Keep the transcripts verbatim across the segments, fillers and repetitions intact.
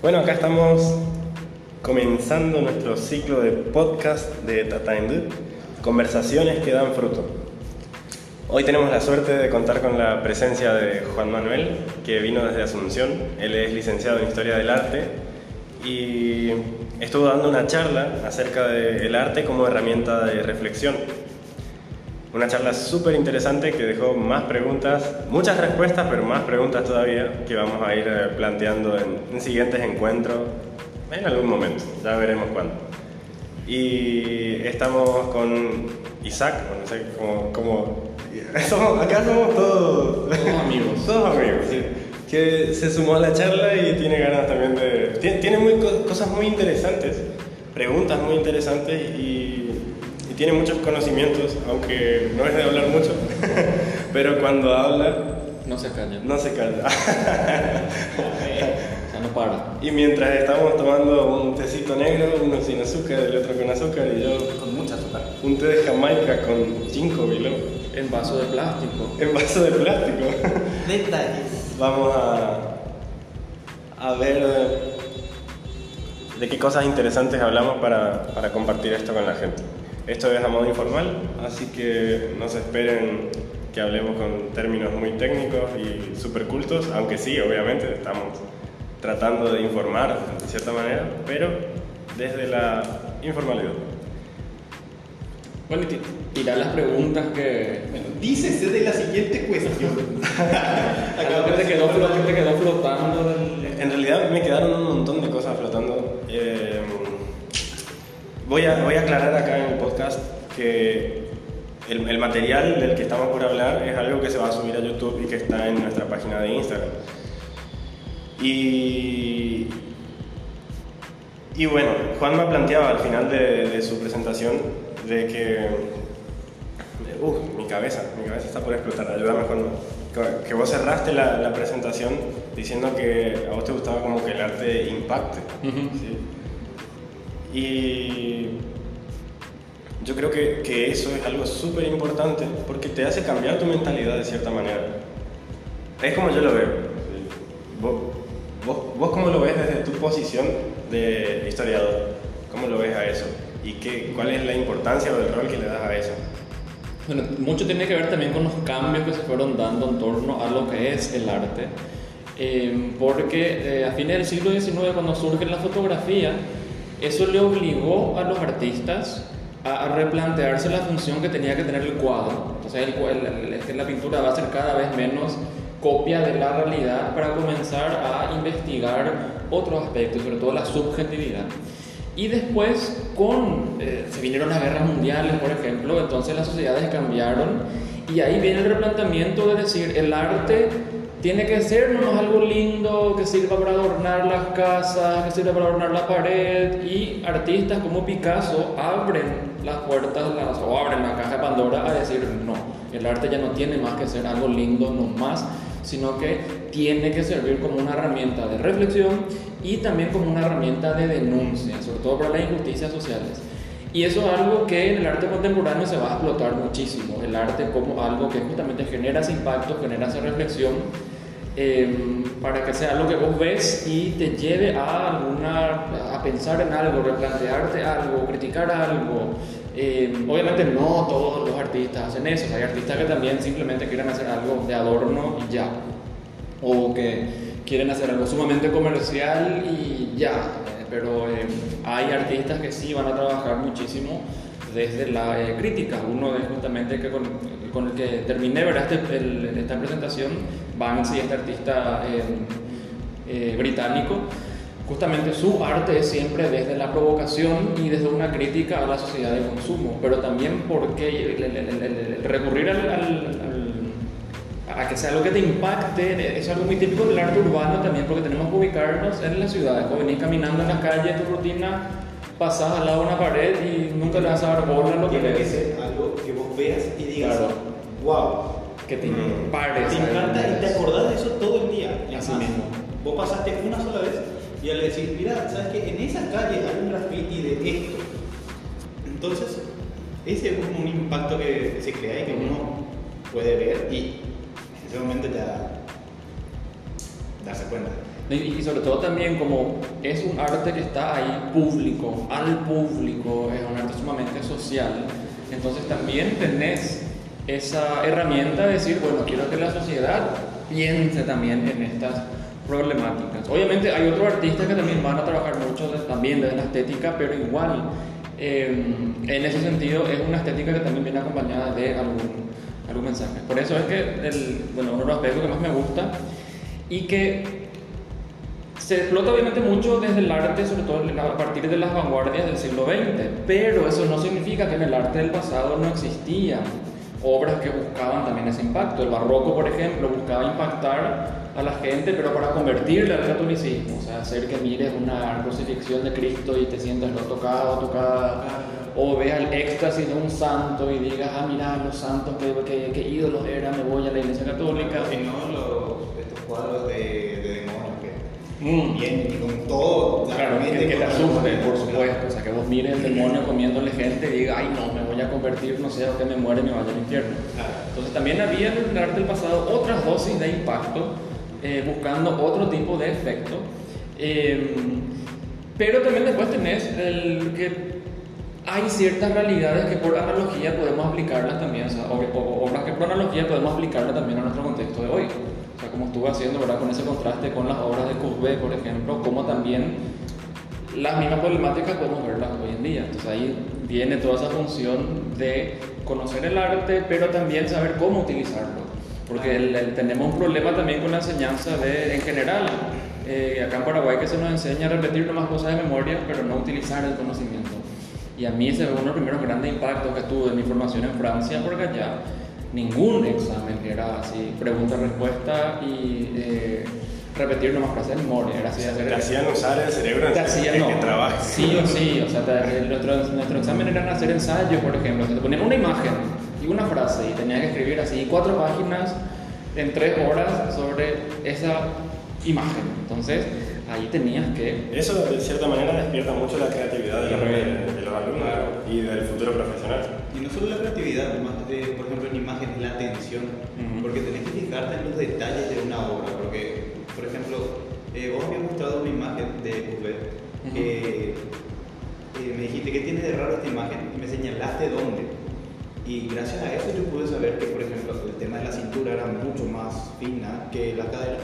Bueno, acá estamos comenzando nuestro ciclo de podcast de Tataindú, conversaciones que dan fruto. Hoy tenemos la suerte de contar con la presencia de Juan Manuel, que vino desde Asunción. Él es licenciado en Historia del Arte y estuvo dando una charla acerca del arte como herramienta de reflexión. Una charla súper interesante que dejó más preguntas, muchas respuestas, pero más preguntas todavía, que vamos a ir planteando en, en siguientes encuentros, en algún momento, ya veremos cuándo. Y estamos con Isaac, no sé cómo... cómo somos, acá somos todos, todos amigos. Todos amigos, sí. Que se sumó a la charla y tiene ganas también de... Tiene, tiene muy, cosas muy interesantes, preguntas muy interesantes y... Y tiene muchos conocimientos, aunque no es de hablar mucho, pero cuando habla... No se calla. No se calla. O sea, no para. Y mientras estamos tomando un tecito negro, uno sin azúcar, el otro con azúcar y yo... Con mucha azúcar. Un té de Jamaica con ginkgo biloba. En vaso de plástico. En vaso de plástico. Detalles. Vamos a, a ver de qué cosas interesantes hablamos para, para compartir esto con la gente. Esto es a modo informal, así que no se esperen que hablemos con términos muy técnicos y súper cultos, aunque sí, obviamente, estamos tratando de informar de cierta manera, pero desde la informalidad. Bueno, y tirar las preguntas que... Bueno, dícese de la siguiente cuestión. Acá que te quedó, que te quedó flotando. Del... En realidad me quedaron un montón de cosas flotando. Eh, Voy a, voy a aclarar acá en el podcast que el, el material del que estamos por hablar es algo que se va a subir a YouTube y que está en nuestra página de Instagram. Y, y bueno, Juan me planteaba al final de, de su presentación de que... Uh, mi cabeza, mi cabeza está por explotar, ayúdame Juan. Que, que vos cerraste la, la presentación diciendo que a vos te gustaba como que el arte impacte. Uh-huh. ¿Sí? Y yo creo que, que eso es algo súper importante porque te hace cambiar tu mentalidad de cierta manera. Es como yo lo veo. ¿Vos, vos, vos cómo lo ves desde tu posición de historiador? ¿Cómo lo ves a eso? ¿Y qué, cuál es la importancia o el rol que le das a eso? Bueno, mucho tiene que ver también con los cambios que se fueron dando en torno a lo que es el arte. Eh, porque eh, a fines del siglo diecinueve, cuando surge la fotografía, eso le obligó a los artistas a, a replantearse la función que tenía que tener el cuadro. Entonces el, el, el, la pintura va a ser cada vez menos copia de la realidad para comenzar a investigar otros aspectos, sobre todo la subjetividad. Y después, con, eh, se vinieron las guerras mundiales, por ejemplo, entonces las sociedades cambiaron y ahí viene el replanteamiento de decir, el arte tiene que ser no algo lindo que sirva para adornar las casas, que sirva para adornar la pared, y artistas como Picasso abren las puertas las, o abren la caja de Pandora a decir no, el arte ya no tiene más que ser algo lindo, no más, sino que tiene que servir como una herramienta de reflexión y también como una herramienta de denuncia, sobre todo para las injusticias sociales. Y eso es algo que en el arte contemporáneo se va a explotar muchísimo, el arte como algo que justamente genera ese impacto, genera esa reflexión, eh, para que sea algo que vos ves y te lleve a, alguna, a pensar en algo, replantearte algo, criticar algo. Eh, obviamente no todos los artistas hacen eso, hay artistas que también simplemente quieren hacer algo de adorno y ya, o que quieren hacer algo sumamente comercial y ya. Pero eh, hay artistas que sí van a trabajar muchísimo desde la eh, crítica. Uno es justamente que con, con el que terminé ¿verdad? Este, el, esta presentación, Banksy, este artista eh, eh, británico. Justamente su arte es siempre desde la provocación y desde una crítica a la sociedad de consumo, pero también porque el, el, el, el, el recurrir al, al, al a que sea algo que te impacte, es algo muy típico del arte urbano también, porque tenemos que ubicarnos en las ciudades. Cuando venís caminando en las calles, tu rutina, pasás al lado de una pared y nunca le vas a dar bola a lo que Tiene que ves. ser algo que vos veas y digas, Claro. wow, Que te Mm. pares. te encanta y te acordás de eso todo el día. Es Así más, mismo. Vos pasaste una sola vez y al decir, mira, ¿sabes qué? En esa calle hay un graffiti de esto. Entonces, ese es como un impacto que se crea y que uno puede ver y en ese momento ya darse cuenta. Y, y sobre todo también como es un arte que está ahí público, al público, es un arte sumamente social, entonces también tenés esa herramienta de decir, bueno, quiero que la sociedad piense también en estas problemáticas. Obviamente hay otros artistas que también van a trabajar mucho de, también desde la estética, pero igual eh, en ese sentido es una estética que también viene acompañada de algún, algún mensaje. Por eso es que el, bueno, uno de los aspectos que más me gusta y que se explota obviamente mucho desde el arte, sobre todo a partir de las vanguardias del siglo veinte, pero eso no significa que en el arte del pasado no existían obras que buscaban también ese impacto. El barroco, por ejemplo, buscaba impactar a la gente, pero para convertirle al catolicismo, o sea, hacer que mires una crucifixión de Cristo y te sientas lo tocado, tocada, o veas el éxtasis de un santo y digas, ah, mira, los santos, qué, qué, qué ídolos eran, me voy a la iglesia católica. Si no, los, estos cuadros de, de demonios que Mm. vienen y con todo, Claro, que, que te asuste, por supuesto. O sea, que vos mires el demonio comiéndole gente y digas, ay, no, me voy a convertir, no sé, o que me muere y me vaya al infierno. Entonces, también había en el arte del pasado otras dosis de impacto, eh, buscando otro tipo de efecto. Eh, pero también después tenés el que hay ciertas realidades que por analogía podemos aplicarlas también, o sea, o, o, obras que por analogía podemos aplicarlas también a nuestro contexto de hoy. O sea, como estuve haciendo, ¿verdad?, con ese contraste con las obras de Courbet, por ejemplo, como también las mismas problemáticas podemos verlas hoy en día. Entonces ahí viene toda esa función de conocer el arte, pero también saber cómo utilizarlo. Porque el, el, tenemos un problema también con la enseñanza de, en general, eh, acá en Paraguay, que se nos enseña a repetir nomás cosas de memoria, pero no utilizar el conocimiento. Y a mí ese fue uno de los primeros grandes impactos que tuve en mi formación en Francia, porque allá ningún examen era así, pregunta-respuesta y eh, repetir nomás frases de memoria. Era así, hacer te hacían usar el cerebro te en hacían, el no, que trabajes. sí o sí, o sea, te, nuestro, nuestro examen era hacer ensayos, por ejemplo. O sea, te ponían una imagen y una frase y tenías que escribir así cuatro páginas en tres horas sobre esa imagen. Entonces, ahí tenías que... Eso de cierta manera despierta mucho la creatividad de, los, de, de los alumnos y del futuro profesional. Y no solo la creatividad, más de, por ejemplo en imágenes, la atención, uh-huh. porque tenés que fijarte en los detalles de una obra, porque, por ejemplo, eh, vos habías mostrado una imagen de Courbet, uh-huh. que eh, me dijiste, ¿qué tiene de raro esta imagen? Y me señalaste dónde. Y gracias a eso yo pude saber que, por ejemplo, el tema de la cintura era mucho más fina que la cadera.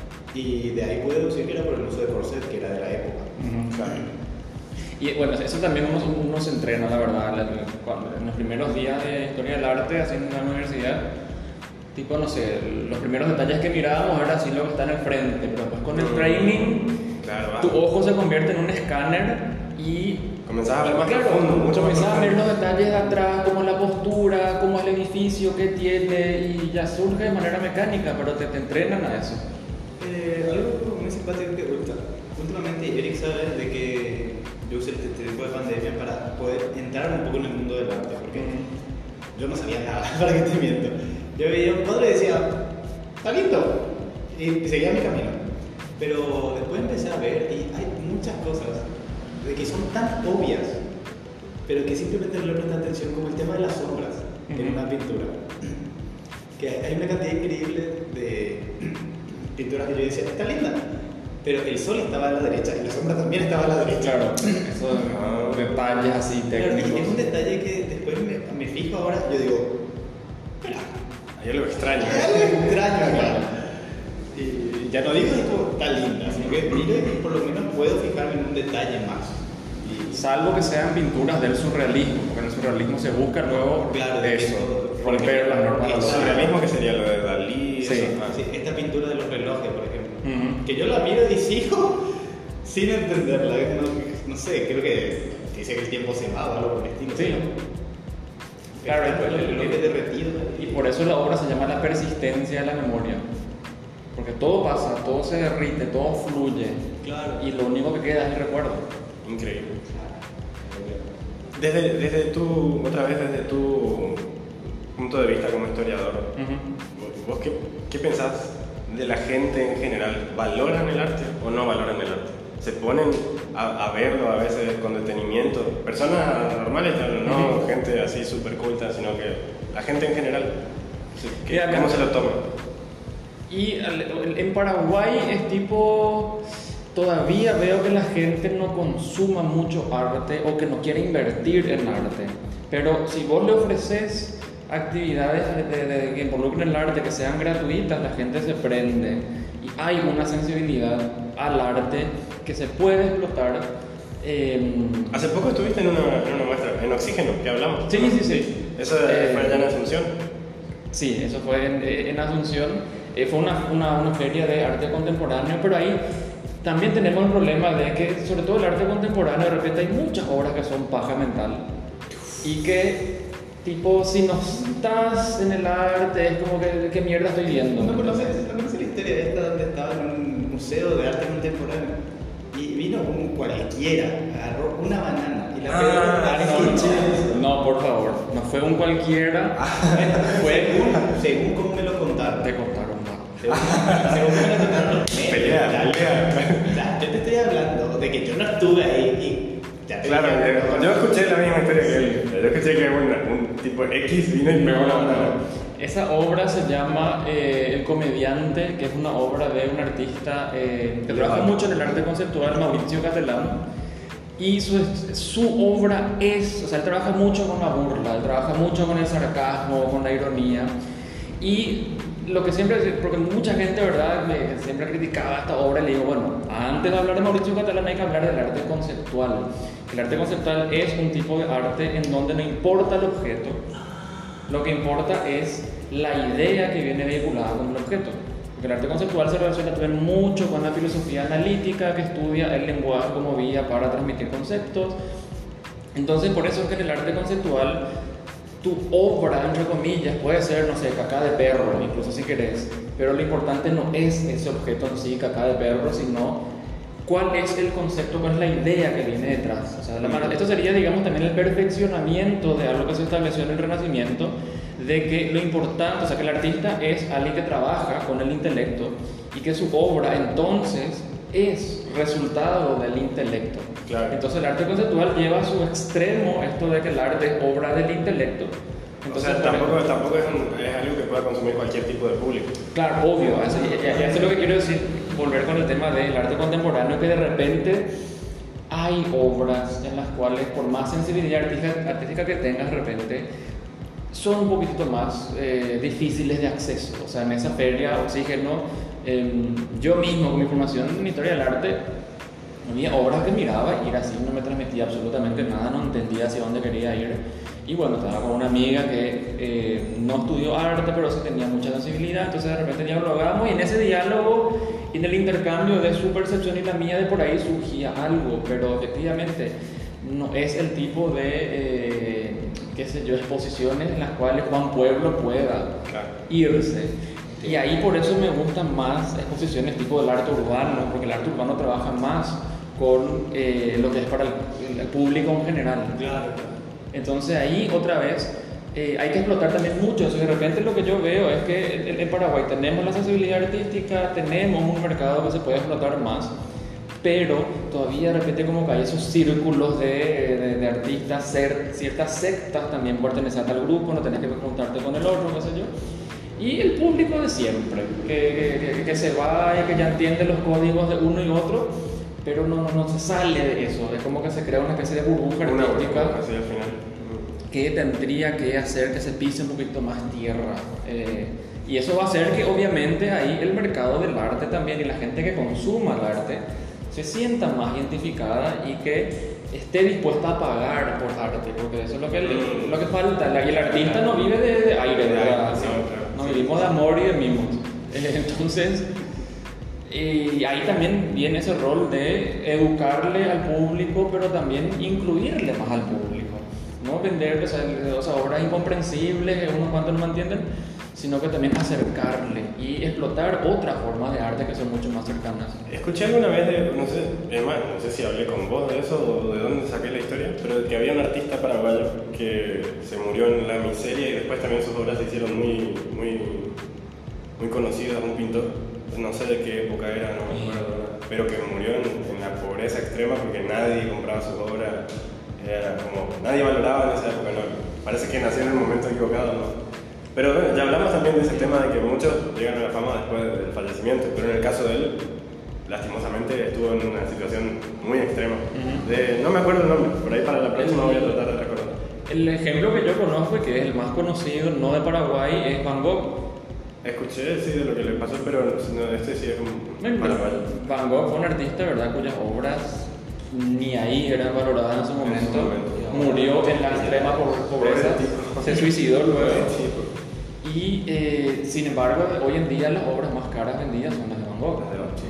Y de ahí pude deducir que era por el uso de corset, que era de la época. Uh-huh. Claro. Y bueno, eso también uno, uno se entrena, la verdad. Cuando, en los primeros días de historia del arte, así en la universidad, tipo, no sé, los primeros detalles que mirábamos era así lo que está en el frente, pero después con el training, claro, tu ojo se convierte en un escáner y comenzás a ver más claro, profundo, mucho más comenzás a ver profundo. los detalles de atrás, como la postura, cómo es el edificio, qué tiene, y ya surge de manera mecánica, pero te, te entrenan a eso. Eh, algo muy simpático que últimamente Eric sabe de que yo usé este tipo de pandemia para poder entrar un poco en el mundo del arte, porque mm. yo no sabía nada, para que te miento. Yo veía un cuadro y decía, está lindo, y seguía mi camino. Pero después empecé a ver y hay muchas cosas de que son tan obvias, pero que simplemente no le prestan atención, como el tema de las sombras mm-hmm. en una pintura. Que hay una cantidad increíble de pinturas que yo decía, está linda, pero el sol estaba a la derecha y la sombra también estaba a la derecha. Claro, esos ah, detalles así técnicos. Claro, y es un detalle que después me, me fijo ahora, yo digo, espera, hay algo extraño. Hay algo extraño acá. Y ya no digo esto está linda, sino que miro y por lo menos puedo fijarme en un detalle más. Y salvo que sean pinturas del surrealismo, porque en el surrealismo se busca luego claro, de eso, romper las normas. El surrealismo, que sería lo de Dalí. Sí. Eso, sí, esta pintura de los relojes, por ejemplo, uh-huh. que yo la miro y sigo sin entenderla. No, no sé, creo que dice que el tiempo se va o algo por el estilo. Sí. Claro, el, el, el, el derretido. Y por eso la obra se llama la persistencia de la memoria. Porque todo pasa, todo se derrite, todo fluye. Claro. Y lo único que queda es el recuerdo. Increíble. Desde, desde tu, otra vez desde tu punto de vista como historiador, uh-huh. ¿vos qué, qué pensás de la gente en general? ¿Valoran el arte o no valoran el arte? ¿Se ponen a, a verlo a veces con detenimiento? Personas normales, no uh-huh. gente así súper culta, sino que la gente en general, ¿qué, Mira, ¿cómo se lo toma? Y en Paraguay es tipo, todavía veo que la gente no consuma mucho arte o que no quiere invertir en arte. Pero si vos le ofreces actividades de, de, de, que involucren el arte, que sean gratuitas, la gente se prende. Y hay una sensibilidad al arte que se puede explotar. Eh, Hace poco estuviste en una, en una muestra, en Oxígeno, que hablamos. Sí, sí, sí. ¿Eso eh, fue allá en Asunción? Sí, eso fue en, en Asunción. Eh, fue una, una, una feria de arte contemporáneo, pero ahí también tenemos el problema de que, sobre todo el arte contemporáneo, de repente hay muchas obras que son paja mental. Y que, tipo, si no estás en el arte, es como que, ¿qué mierda estoy viendo? ¿No conoces, ¿no conoces la historia de esta donde estaba en un museo de arte contemporáneo? Y vino un cualquiera, agarró una banana y la pegó Ah, en un sí. No, por favor, no fue un cualquiera, fue según, según cómo me lo contaron. te contaron más. Según, según me lo contaron. eh, Pelea, tal- pelea. O sea, yo te estoy hablando de que yo no estuve ahí y ya te Claro, dije, yo, yo escuché la misma historia que él. Yo escuché que un, un tipo X vino y pegó una banana. Esa obra se llama eh, El Comediante, que es una obra de un artista eh, que trabaja mucho en el arte conceptual, Mauricio Catalán. Y su, su obra es, o sea, él trabaja mucho con la burla, él trabaja mucho con el sarcasmo, con la ironía. Y lo que siempre, porque mucha gente, ¿verdad?, me, siempre criticaba esta obra, y le digo, bueno, antes de hablar de Mauricio Catalán hay que hablar del arte conceptual. El arte conceptual es un tipo de arte en donde no importa el objeto, lo que importa es la idea que viene vinculada con el objeto. Porque el arte conceptual se relaciona también mucho con la filosofía analítica, que estudia el lenguaje como vía para transmitir conceptos. Entonces, por eso es que en el arte conceptual, tu obra, entre comillas, puede ser, no sé, caca de perro, incluso si querés, pero lo importante no es ese objeto en sí, caca de perro, sino cuál es el concepto, cuál es la idea que viene detrás. O sea, la mano, esto sería, digamos, también el perfeccionamiento de algo que se estableció en el Renacimiento, de que lo importante, o sea, que el artista es alguien que trabaja con el intelecto y que su obra entonces es resultado del intelecto. Claro. Entonces el arte conceptual lleva a su extremo esto de que el arte es obra del intelecto. Entonces, o sea, tampoco, tampoco es, un, es algo que pueda consumir cualquier tipo de público. Claro, obvio, eso, eso es lo que quiero decir, volver con el tema del arte contemporáneo, que de repente hay obras en las cuales, por más sensibilidad artística, artística que tengas, de repente son un poquito más eh, difíciles de acceso. O sea, en esa feria Oxígeno, eh, yo mismo con mi formación en historia del arte, había obras que miraba y era así, no me transmitía absolutamente nada, no entendía hacia dónde quería ir. Y bueno, estaba con una amiga que eh, no estudió arte, pero sí tenía mucha sensibilidad, entonces de repente dialogábamos y en ese diálogo, en el intercambio de su percepción y la mía, de por ahí surgía algo, pero efectivamente no es el tipo de, eh, qué sé yo, exposiciones en las cuales Juan Pueblo pueda Claro. irse. Y ahí por eso me gustan más exposiciones tipo del arte urbano, porque el arte urbano trabaja más con eh, lo que es para el, el público en general. Claro. Entonces ahí otra vez eh, hay que explotar también mucho eso. Y de repente lo que yo veo es que en, en Paraguay tenemos la sensibilidad artística, tenemos un mercado que se puede explotar más, pero todavía de repente como que hay esos círculos de, de, de artistas, ser, ciertas sectas también pertenecen al grupo, no tenés que juntarte con el otro, qué sé yo. Y el público de siempre, que, que, que se va y que ya entiende los códigos de uno y otro, pero no, no se sale de eso. Es como que se crea una especie de burbuja Una artística burbuja, así al final. que tendría que hacer que se pise un poquito más tierra. Eh, y eso va a hacer que obviamente ahí el mercado del arte también y la gente que consuma el arte se sienta más identificada y que esté dispuesta a pagar por arte, porque eso es lo que, Mm. lo que falta. Y el artista no vive de, de aire, De ¿verdad? aire, sí, claro. No vivimos de amor y de mimos. Eh, entonces, y ahí también viene ese rol de educarle al público, pero también incluirle más al público. No vender, o sea, o sea, obras incomprensibles, unos cuantos no me entienden, sino que también acercarle y explotar otras formas de arte que son mucho más cercanas. Escuché alguna vez, de, no sé, es más, no sé si hablé con vos de eso o de dónde saqué la historia, pero que había un artista paraguayo que se murió en la miseria y después también sus obras se hicieron muy, muy, muy conocidas, un pintor, no sé de qué época era, no me acuerdo, pero que murió en, en la pobreza extrema porque nadie compraba sus obras, era como, nadie valoraba en esa época, ¿no? Parece que nació en el momento equivocado, ¿no? Pero bueno, ya hablamos también de ese tema de que muchos llegan a la fama después del fallecimiento, pero en el caso de él, lastimosamente estuvo en una situación muy extrema. Uh-huh. De, no me acuerdo el nombre, por ahí para la próxima voy a tratar de recordar. El ejemplo que yo conozco, que es el más conocido, no de Paraguay, es Van Gogh. Escuché, sí, de lo que le pasó, pero no, este sí es un paraguayo. Van Gogh fue un artista, ¿verdad?, cuyas obras ni ahí eran valoradas en su momento. En ese momento. Murió en la extrema pobreza, se suicidó luego. Y eh, sin embargo, hoy en día las obras más caras vendidas son las de Van Gogh.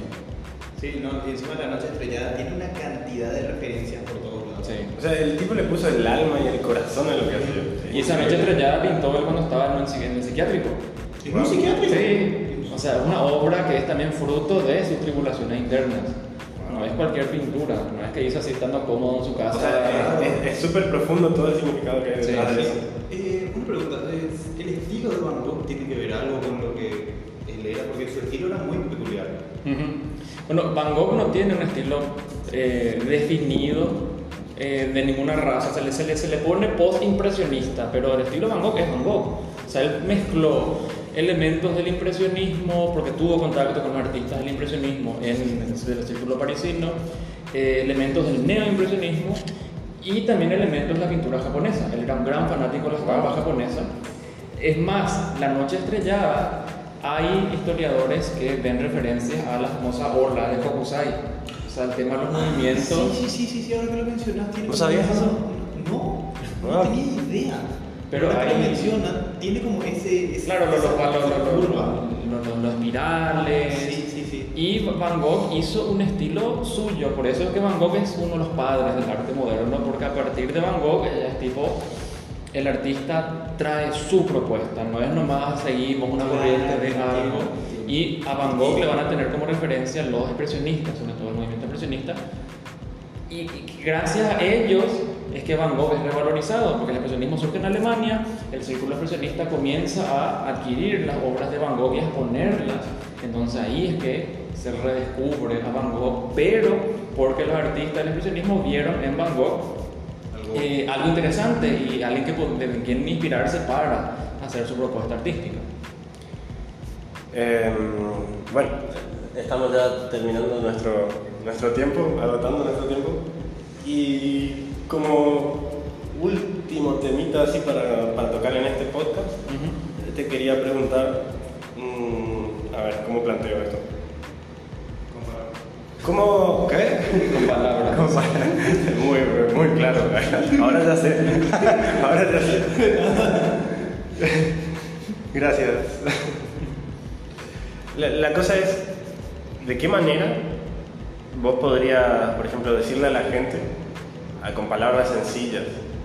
Sí, no, y encima de La Noche Estrellada tiene una cantidad de referencias por todos lados. Sí. O sea, el tipo le puso el alma y el corazón a lo que hacía. Sí. Y esa Noche Estrellada pintó él cuando estaba en el, en el psiquiátrico. ¿En un psiquiátrico? Sí. O sea, una obra que es también fruto de sus tribulaciones internas. No es cualquier pintura, no es que hizo así estando cómodo en su casa. O sea, es súper profundo todo el significado que hay detrás sí, de sí. eso. Eh, una pregunta, ¿el estilo de Van Gogh tiene que ver algo con lo que él era? Porque su estilo era muy peculiar. Uh-huh. Bueno, Van Gogh no tiene un estilo eh, definido eh, de ninguna raza, se le, se le, se le pone post-impresionista, pero el estilo Van Gogh es Van Gogh. O sea, él mezcló elementos del impresionismo, porque tuvo contacto con los artistas del impresionismo en, en el círculo parisino, eh, elementos del neoimpresionismo y también elementos de la pintura japonesa. Él era un gran fanático de la estampa japonesa. Es más, La Noche Estrellada, hay historiadores que ven referencias a la famosa ola de Hokusai. O sea, el tema de los movimientos. Sí, sí, sí, sí, ahora que lo mencionas. ¿No sabías eso? No, no, no tenía idea. Pero ahora hay... que lo mencionan, tiene como ese. ese claro, los esa, lo, lo, lo, curva. Los lo, espirales. Sí, sí, sí. Y Van Gogh hizo un estilo suyo. Por eso es que Van Gogh es uno de los padres del arte moderno, porque a partir de Van Gogh ella es tipo. El artista trae su propuesta, no es nomás seguimos una corriente de algo. Y a Van Gogh le van a tener como referencia los expresionistas, sobre todo el movimiento expresionista. Y, y gracias a ellos es que Van Gogh es revalorizado, porque el expresionismo surge en Alemania, el círculo expresionista comienza a adquirir las obras de Van Gogh y a exponerlas. Entonces ahí es que se redescubre a Van Gogh, pero porque los artistas del expresionismo vieron en Van Gogh Eh, algo interesante y alguien que de quien inspirarse para hacer su propuesta artística. Eh, bueno, estamos ya terminando nuestro, nuestro tiempo, agotando nuestro tiempo, y como último temita así para, para tocar en este podcast, uh-huh. te quería preguntar, mmm, a ver, ¿cómo planteo esto? ¿Cómo? ¿Qué? Con palabras. Con palabras. Muy, muy claro. Ahora ya sé. Ahora ya sé. Gracias. La, la cosa es, ¿de qué manera vos podrías, por ejemplo, decirle a la gente, a, con palabras sencillas,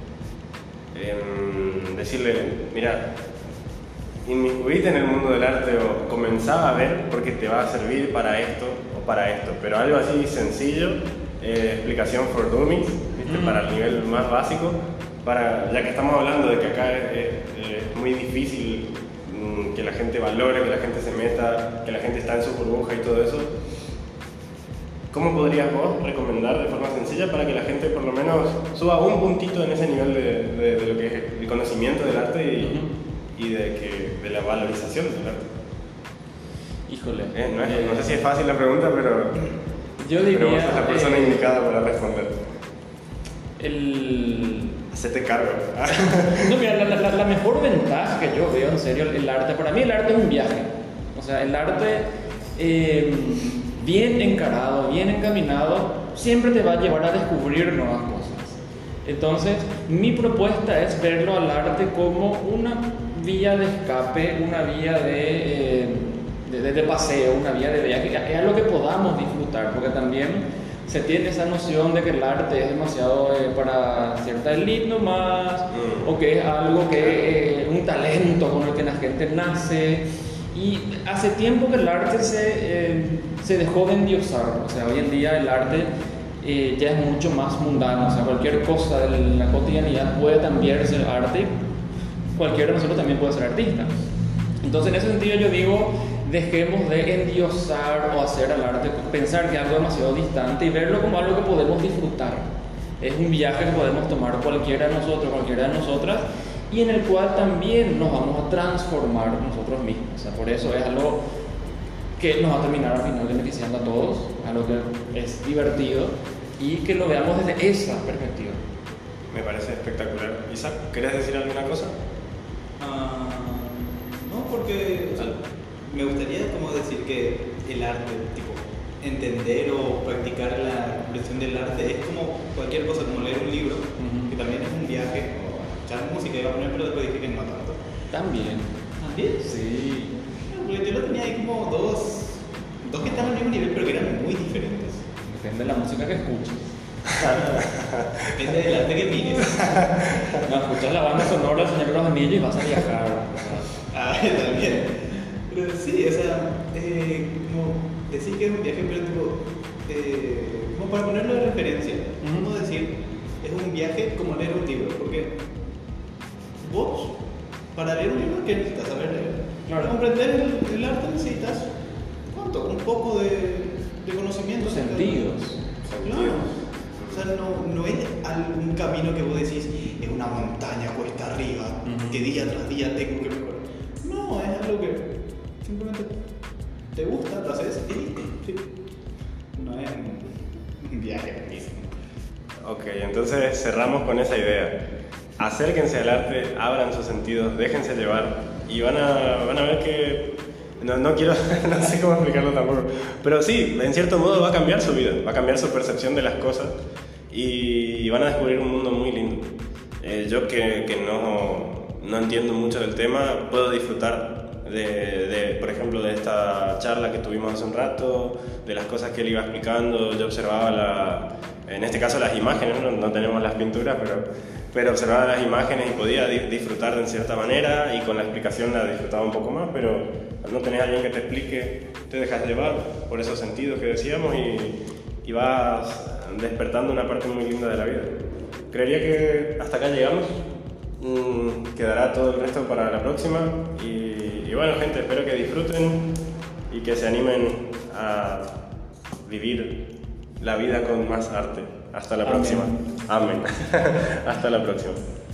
eh, decirle, mira, inmiscuite en el mundo del arte o comenzá a ver porque te va a servir para esto o para esto, pero algo así sencillo, eh, explicación for dummies, ¿viste? Mm. Para el nivel más básico, para, ya que estamos hablando de que acá es, es, es muy difícil mm, que la gente valore, que la gente se meta, que la gente está en su burbuja y todo eso. ¿Cómo podrías vos recomendar de forma sencilla para que la gente por lo menos suba un puntito en ese nivel de, de, de lo que es el conocimiento del arte y, uh-huh. y de, que, de la valorización del arte? Híjole. Eh, no, es, eh, no sé si es fácil la pregunta, pero, yo diría, pero vos sos la persona eh, indicada para responder. El... Hacete cargo. No, mira, la, la, la mejor ventaja que yo veo en serio el arte, para mí el arte es un viaje. O sea, el arte... Eh, bien encarado, bien encaminado, siempre te va a llevar a descubrir nuevas cosas. Entonces, mi propuesta es verlo al arte como una vía de escape, una vía de, eh, de, de paseo, una vía de viaje, que es algo que podamos disfrutar, porque también se tiene esa noción de que el arte es demasiado eh, para cierta élite nomás, mm. o que es algo que es eh, un talento con el que la gente nace. Y hace tiempo que el arte se, eh, se dejó de endiosar. O sea, hoy en día el arte eh, ya es mucho más mundano. O sea, cualquier cosa de la cotidianidad puede también ser arte. Cualquiera de nosotros también puede ser artista. Entonces, en ese sentido yo digo, dejemos de endiosar o hacer al arte, pensar que es algo demasiado distante y verlo como algo que podemos disfrutar. Es un viaje que podemos tomar cualquiera de nosotros, cualquiera de nosotras. y en el cual también nos vamos a transformar nosotros mismos. O sea, por eso es algo que nos va a terminar al final beneficiando a todos, algo que es divertido y que lo veamos desde esa perspectiva. Me parece espectacular. Isaac, ¿querés decir alguna cosa? Ah, no, porque o sea, me gustaría como decir que el arte, tipo, entender o practicar la comprensión del arte es como cualquier cosa, como leer un libro, Uh-huh. que también es un viaje, o escuchar música iba a poner, pero después dije que no tanto. También. ¿También? Sí. Porque yo lo tenía ahí como dos, dos que están al mismo nivel, pero que eran muy diferentes. Depende de la música que escuches. Depende del arte que mires. No, escuchas la banda sonora del Señor de los Anillos y vas a viajar. Ah, también. Pero sí, o sea, eh, como decir que es un viaje, pero tipo, eh, como para ponerlo de referencia, Ujú. como decir, es un viaje como leer un libro, porque vos, para leer un libro, ¿qué necesitas saber leer? Claro. Para comprender el, el arte necesitas, ¿cuánto? Un poco de, de conocimiento. Tus acerca de- sentidos. Claro. O sea, no, no es algún camino que vos decís, es una montaña cuesta arriba, Ujú. que día tras día tengo que mejorar. No, es algo que simplemente te gusta, lo haces y listo. Sí. No es un, un viaje larguísimo. Ok, entonces cerramos con esa idea. Acérquense al arte, abran sus sentidos, déjense llevar y van a, van a ver que... No, no quiero, no sé cómo explicarlo tampoco, pero sí, en cierto modo va a cambiar su vida, va a cambiar su percepción de las cosas y van a descubrir un mundo muy lindo. Eh, yo que, que no, no entiendo mucho del tema, puedo disfrutar de, de, por ejemplo, de esta charla que tuvimos hace un rato, de las cosas que él iba explicando. Yo observaba, la, en este caso, las imágenes, no, no tenemos las pinturas, pero, pero observaba las imágenes y podía di- disfrutar de cierta manera, y con la explicación la disfrutaba un poco más, pero al no tener a alguien que te explique, te dejas llevar por esos sentidos que decíamos y, y vas despertando una parte muy linda de la vida. Creería que hasta acá llegamos. Mm, quedará todo el resto para la próxima y, y bueno, gente, espero que disfruten y que se animen a vivir la vida con más arte. Hasta la Amén. próxima. Amén. Hasta la próxima.